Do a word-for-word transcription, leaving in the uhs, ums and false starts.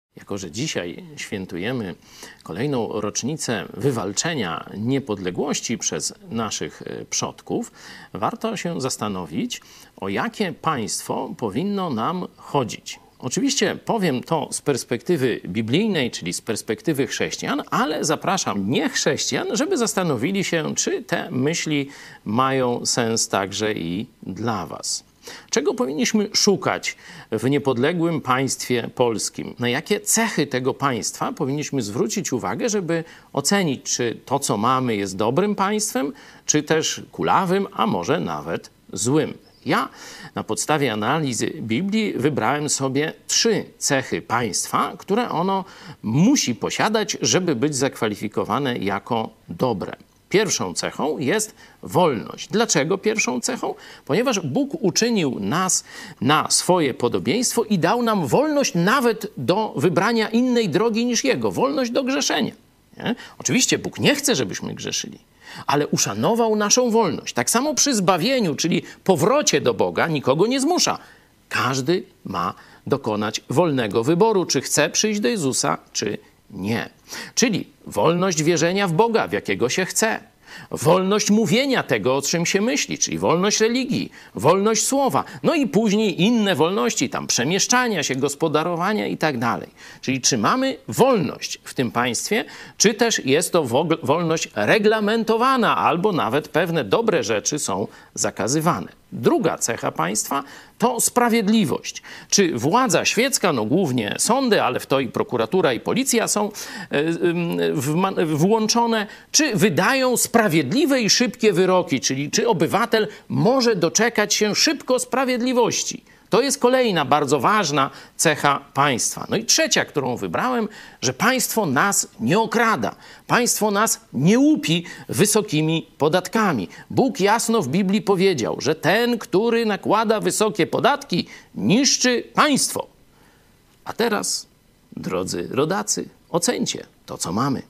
Jako że dzisiaj świętujemy kolejną rocznicę wywalczenia niepodległości przez naszych przodków, warto się zastanowić, o jakie państwo powinno nam chodzić. Oczywiście powiem to z perspektywy biblijnej, czyli z perspektywy chrześcijan, ale zapraszam niechrześcijan, żeby zastanowili się, czy te myśli mają sens także i dla was. Czego powinniśmy szukać w niepodległym państwie polskim? Na jakie cechy tego państwa powinniśmy zwrócić uwagę, żeby ocenić, czy to, co mamy, jest dobrym państwem, czy też kulawym, a może nawet złym? Ja na podstawie analizy Biblii wybrałem sobie trzy cechy państwa, które ono musi posiadać, żeby być zakwalifikowane jako dobre. Pierwszą cechą jest wolność. Dlaczego pierwszą cechą? Ponieważ Bóg uczynił nas na swoje podobieństwo i dał nam wolność nawet do wybrania innej drogi niż Jego. Wolność do grzeszenia. Nie? Oczywiście Bóg nie chce, żebyśmy grzeszyli, ale uszanował naszą wolność. Tak samo przy zbawieniu, czyli powrocie do Boga, nikogo nie zmusza. Każdy ma dokonać wolnego wyboru, czy chce przyjść do Jezusa, czy nie. Czyli wolność wierzenia w Boga, w jakiego się chce. Wolność mówienia tego, o czym się myśli, czyli wolność religii, wolność słowa. No i później inne wolności, tam przemieszczania się, gospodarowania i tak dalej. Czyli czy mamy wolność w tym państwie, czy też jest to wolność reglamentowana, albo nawet pewne dobre rzeczy są zakazywane. Druga cecha państwa to sprawiedliwość. Czy władza świecka, no głównie sądy, ale w to i prokuratura i policja są włączone, czy wydają sprawiedliwe i szybkie wyroki, czyli czy obywatel może doczekać się szybko sprawiedliwości. To jest kolejna bardzo ważna cecha państwa. No i trzecia, którą wybrałem, że państwo nas nie okrada. Państwo nas nie łupi wysokimi podatkami. Bóg jasno w Biblii powiedział, że ten, który nakłada wysokie podatki, niszczy państwo. A teraz, drodzy rodacy, oceńcie to, co mamy.